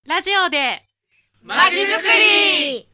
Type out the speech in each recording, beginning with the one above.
ラジオでまちづくり。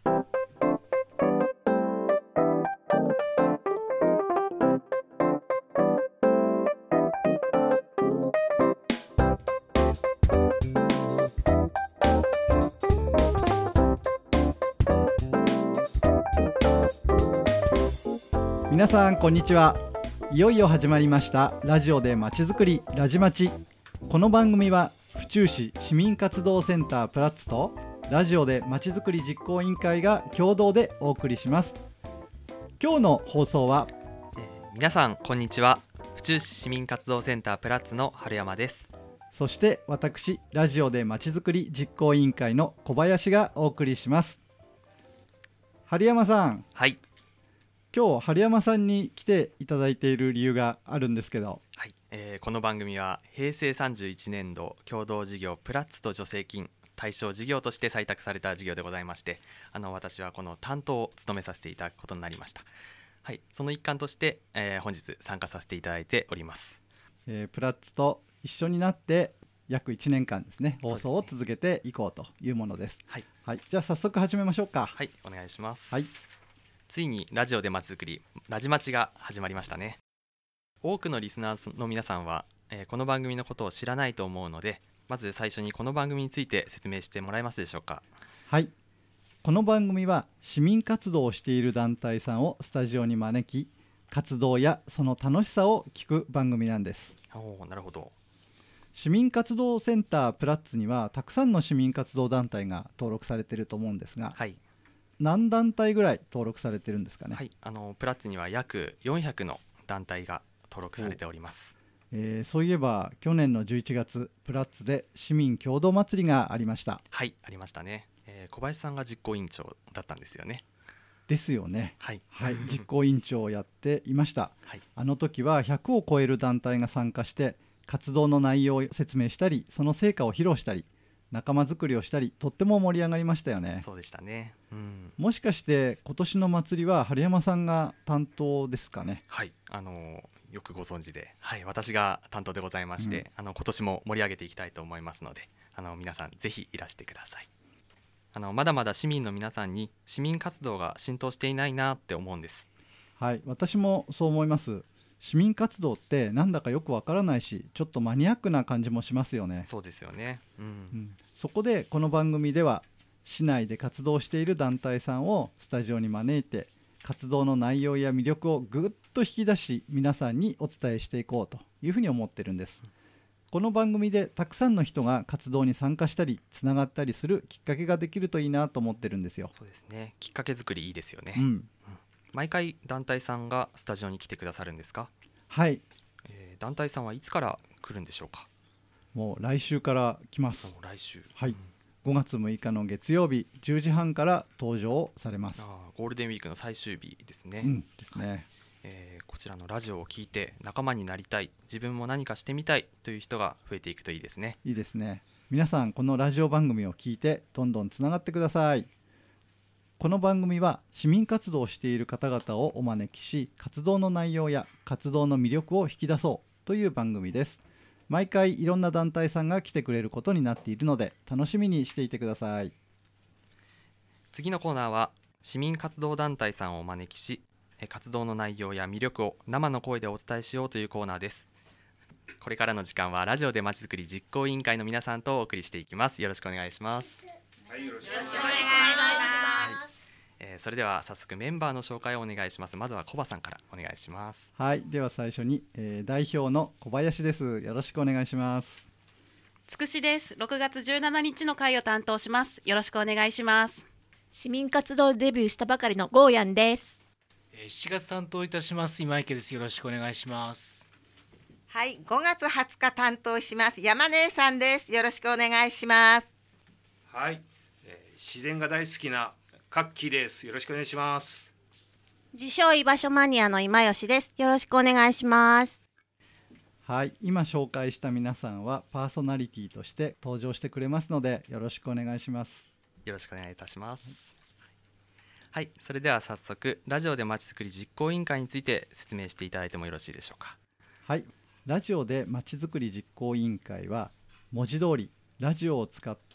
皆さんこんにちは。いよいよ始まりましたラジオでまちづくりラジマチ。この番組は府中市市民活動センタープラッツとラジオでまちづくり実行委員会が共同でお送りします。今日の放送は、 皆さんこんにちは。府中市市民活動センタープラッツの春山です。 そして私ラジオでまちづくり実行委員会の小林がお送りします。春山さん、 はい、 今日春山さんに来ていただいている理由があるんですけど、 はい、この番組は平成31年度共同事業プラッツと助成金対象事業として採択された事業でございまして、私はこの担当を務めさせていただくことになりました。はい、その一環として、本日参加させていただいております。 プラッツと一緒になって約1年間ですね、放送を続けていこうというものです。 はい、 はい、じゃあ早速始めましょうか。 はい、お願いします。 はい、 ついにラジオでまちづくりラジマチが始まりましたね。多くのリスナーの皆さんは、この番組のことを知らないと思うので、まず最初にこの番組について説明してもらえますでしょうか。 はい、この番組は市民活動をしている団体さんをスタジオに招き、活動やその楽しさを聞く番組なんです。 なるほど。 市民活動センタープラッツにはたくさんの市民活動団体が登録されていると思うんですが、 はい、 何団体ぐらい登録されてるんですかね。 はい、プラッツには約400の団体が登録されております。 そういえば去年の11月プラッツで市民共同祭りがありました。 はい、ありましたね。小林さんが実行委員長だったんですよね。 ですよね。 はい、 はい、実行委員長をやっていました。 はい、 あの時は100を超える団体が参加して活動の内容を説明したり、その成果を披露したり、仲間づくりをしたり、とっても盛り上がりましたよね。 そうでしたね。 もしかして今年の祭りは春山さんが担当ですかね。 はい、よくご存知で、はい、私が担当でございまして、今年も盛り上げていきたいと思いますので、皆さんぜひいらしてください。まだまだ市民の皆さんに市民活動が浸透していないなって思うんです。 はい、私もそう思います。市民活動ってなんだかよくわからないし、ちょっとマニアックな感じもしますよね。 そうですよね。 そこでこの番組では市内で活動している団体さんをスタジオに招いて、活動の内容や魅力をぐっと引き出し皆さんにお伝えしていこうというふうに思ってるんです。この番組でたくさんの人が活動に参加したりつながったりするきっかけができるといいなと思ってるんですよ。 そうですね、きっかけ作りいいですよね。毎回団体さんがスタジオに来てくださるんですか？ はい、 団体さんはいつから来るんでしょうか？ もう来週から来ます。 来週、 はい、5月6日の月曜日10時半から登場されます。 ゴールデンウィークの最終日ですね。 ですね。 こちらのラジオを聞いて仲間になりたい、自分も何かしてみたいという人が増えていくといいですね。 いいですね。皆さんこのラジオ番組を聞いてどんどんつながってください。この番組は市民活動をしている方々をお招きし、活動の内容や活動の魅力を引き出そうという番組です。毎回いろんな団体さんが来てくれることになっているので楽しみにしていてください。 次のコーナーは市民活動団体さんをお招きし、活動の内容や魅力を生の声でお伝えしようというコーナーです。これからの時間はラジオでまちづくり実行委員会の皆さんとお送りしていきます。よろしくお願いします。 はい、よろしくお願いします。 それでは早速メンバーの紹介をお願いします。まずは小葉さんからお願いします。 はい、では最初に、代表の小林です。よろしくお願いします。 つくしです。6月17日の会を担当します。よろしくお願いします。 市民活動デビューしたばかりのゴーヤンです。 7月担当いたします今池です。よろしくお願いします。 はい、5月20日担当します山姉さんです。よろしくお願いします。 はい、自然が大好きなカッキーです。よろしくお願いします。 自称居場所マニアの今吉です。よろしくお願いします。 はい、今紹介した皆さんはパーソナリティとして登場してくれますのでよろしくお願いします。 よろしくお願いいたします。はい、それでは早速ラジオでまちづくり実行委員会について説明していただいてもよろしいでしょうか。 はい、ラジオでまちづくり実行委員会は文字通りラジオを使って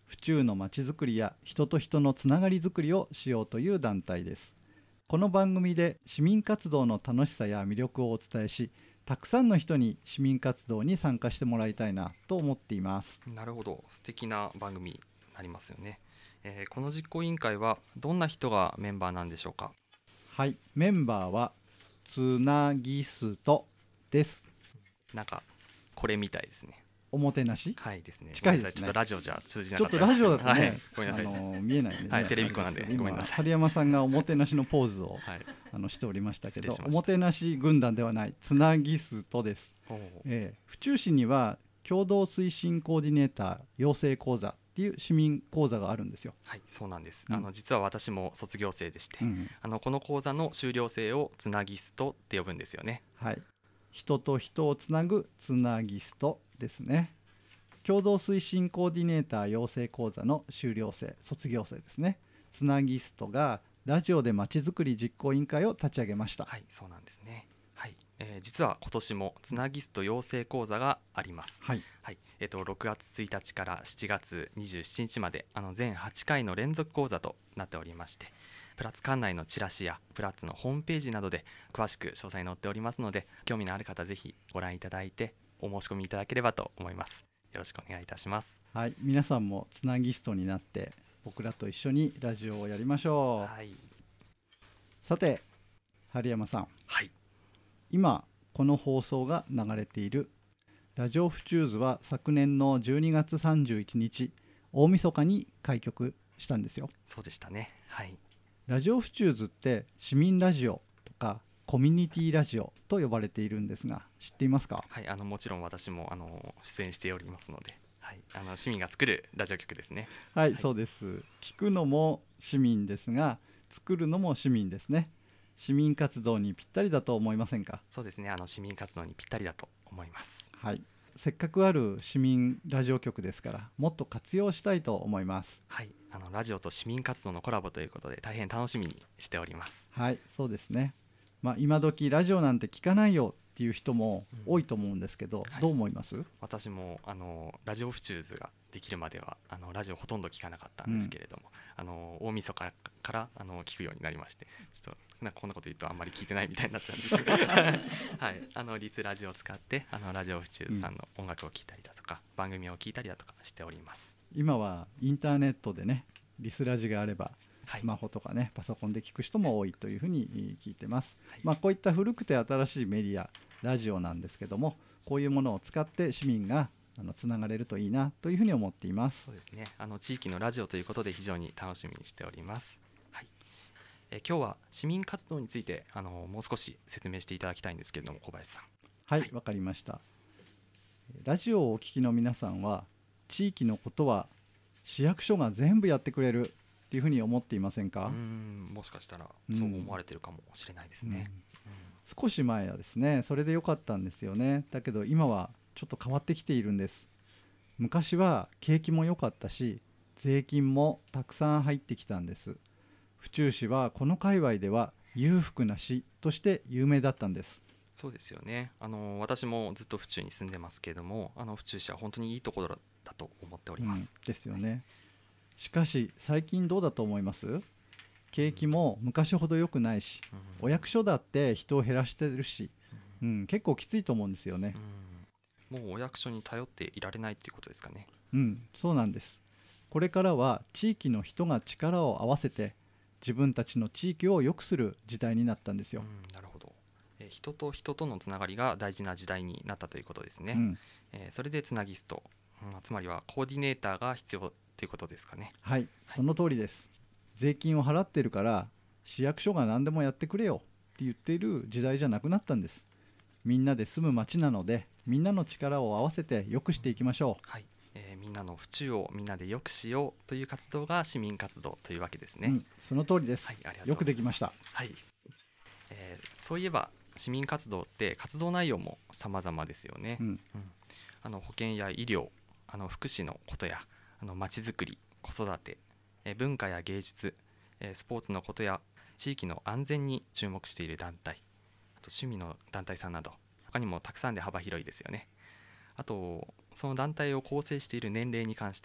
府中のまちづくりや人と人のつながりづくりをしようという団体です。この番組で市民活動の楽しさや魅力をお伝えし、たくさんの人に市民活動に参加してもらいたいなと思っています。 なるほど、素敵な番組になりますよね。この実行委員会はどんな人がメンバーなんでしょうか？ はい、メンバーはつなぎすとです。 なんかこれみたいですね。 おもてなし、 はいですね。 近いですね。 ちょっとラジオじゃ通じなちょっとかったですけど。 ラジオだとね、 はい、ごめんなさい。 見えないんでね、 はいテレビっ子なんで今ごめんなさい春山さんがおもてなしのポーズを、 はい。 しておりましたけど、 失礼しましたおもてなし軍団ではないつなぎすとです。 お府中市には共同推進コーディネーター養成講座っていう市民講座があるんですよ。 はい、そうなんです。 うん実は私も卒業生でして、 うんこの講座の修了生をつなぎストって呼ぶんですよね。 はい、人と人をつなぐつなぎストですね。共同推進コーディネーター養成講座の修了生卒業生ですね。つなぎストがラジオでまちづくり実行委員会を立ち上げました。 はい、そうなんですね。はい、実は今年もつなぎスト養成講座があります。 はい、 はい、6月1日から7月27日まで全8回の連続講座となっておりまして、プラッツ館内のチラシやプラッツのホームページなどで詳しく詳細載っておりますので、興味のある方ぜひご覧いただいてお申し込みいただければと思います。よろしくお願いいたします。 はい、皆さんもつなぎストになって僕らと一緒にラジオをやりましょう。 はい、 さて春山さん、 はい、 今この放送が流れているラジオフチューズは昨年の12月31日大晦日に開局したんですよ。 そうでしたね。はい、 ラジオフチューズって市民ラジオとかコミュニティラジオと呼ばれているんですが、知っていますか？ はい、もちろん私も出演しておりますので、はい、市民が作るラジオ局ですね。 はい、 はいそうです。聞くのも市民ですが作るのも市民ですね。市民活動にぴったりだと思いませんか？ そうですね。市民活動にぴったりだと思います。 はい、せっかくある市民ラジオ局ですからもっと活用したいと思います。 はい、ラジオと市民活動のコラボということで大変楽しみにしております。 はい、そうですね。今時ラジオなんて聞かないよっていう人も多いと思うんですけど、 はいどう思います？ 私もラジオフチューズができるまではラジオほとんど聞かなかったんですけれども、大晦日から聞くようになりまして、ちょっとなんかこんなこと言うとあんまり聞いてないみたいになっちゃうんですけどはい、リスラジオを使ってラジオフチューズさんの音楽を聞いたりだとか、番組を聞いたりだとかしております。 今はインターネットでねリスラジがあればはいスマホとかね、パソコンで聞く人も多いというふうに聞いてます。 はいこういった古くて新しいメディアラジオなんですけども、こういうものを使って市民がつながれるといいなというふうに思っています。 そうですね。地域のラジオということで非常に楽しみにしております。はい。今日は市民活動についてもう少し説明していただきたいんですけれども、小林さん。 はい、 はいわかりました。ラジオをお聞きの皆さんは地域のことは市役所が全部やってくれるっていうふうに思っていませんか？ もしかしたらそう思われてるかもしれないですね。 少し前はですねそれで良かったんですよね。だけど今はちょっと変わってきているんです。昔は景気も良かったし税金もたくさん入ってきたんです。府中市はこの界隈では裕福な市として有名だったんです。 そうですよね。私もずっと府中に住んでますけれども、府中市は本当にいいところだと思っております。 ですよね。しかし最近どうだと思います？景気も昔ほど良くないし、お役所だって人を減らしてるし、結構きついと思うんですよね。 もうお役所に頼っていられないっていうことですかね。 そうなんです。これからは地域の人が力を合わせて自分たちの地域を良くする時代になったんですよ。 なるほど。人と人とのつながりが大事な時代になったということですね。それでつなぎスト、つまりはコーディネーターが必要ということですかね。 はい、その通りです。税金を払ってるから市役所が何でもやってくれよって言っている時代じゃなくなったんです。みんなで住む町なのでみんなの力を合わせて良くしていきましょう。 はい、みんなの府中をみんなで良くしようという活動が市民活動というわけですね。 その通りです。 はい、ありがとうございます。 よくできました。 はい。そういえば市民活動って活動内容も様々ですよね。保健や医療、福祉のことやまちづくり、子育て、文化や芸術、スポーツのことや地域の安全に注目している団体、あと趣味の団体さんなど他にもたくさんで幅広いですよね。あとその団体を構成している年齢に関しても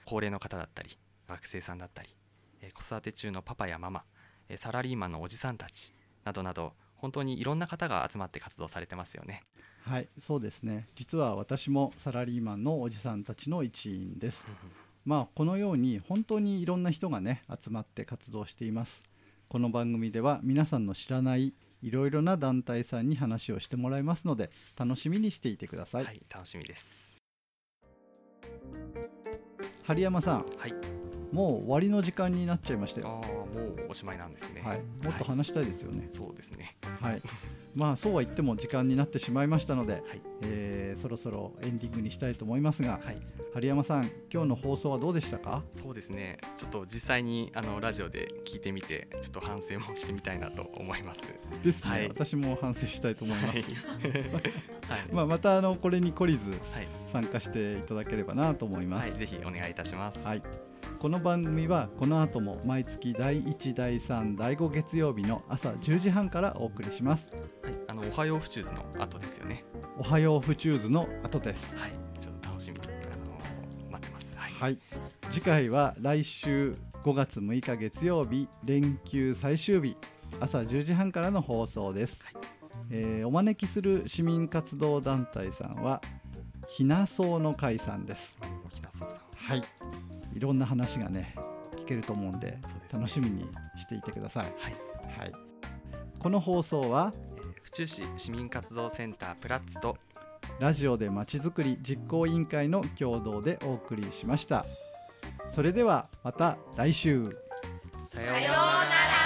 高齢の方だったり学生さんだったり、子育て中のパパやママ、サラリーマンのおじさんたちなどなど、本当にいろんな方が集まって活動されてますよね。 はい、そうですね。実は私もサラリーマンのおじさんたちの一員です。このように本当にいろんな人がね集まって活動しています。この番組では皆さんの知らないいろいろな団体さんに話をしてもらいますので、楽しみにしていてください。 はい、楽しみです。 針山さん、 はい、 もう終わりの時間になっちゃいましたよ。 もうおしまいなんですね。 はい、もっと話したいですよね。 そうですね。 はい、そうは言っても時間になってしまいましたので、 はい、 そろそろエンディングにしたいと思いますが、 はい、 針山さん、今日の放送はどうでしたか？ そうですね、ちょっと実際にラジオで聞いてみて、ちょっと反省もしてみたいなと思います。 ですね、 はい、 私も反省したいと思います。 はい、 またこれに懲りず参加していただければなと思います。 はい、ぜひお願いいたします。 はい、この番組はこの後も毎月第1、第3、第5月曜日の朝10時半からお送りします。 はい、おはようフチューズの後ですよね。 おはようフチューズの後です。 はい、ちょっと楽しみに待ってます。はい、 はい、次回は来週5月6日月曜日、連休最終日、朝10時半からの放送です。はい、お招きする市民活動団体さんはひなそうの会さんです。 ひなそうさん、 はい、いろんな話がね聞けると思うんで、楽しみにしていてください。 はい、 はい、この放送は府中市市民活動センタープラッツとラジオでまちづくり実行委員会の共同でお送りしました。それではまた来週。 さようなら。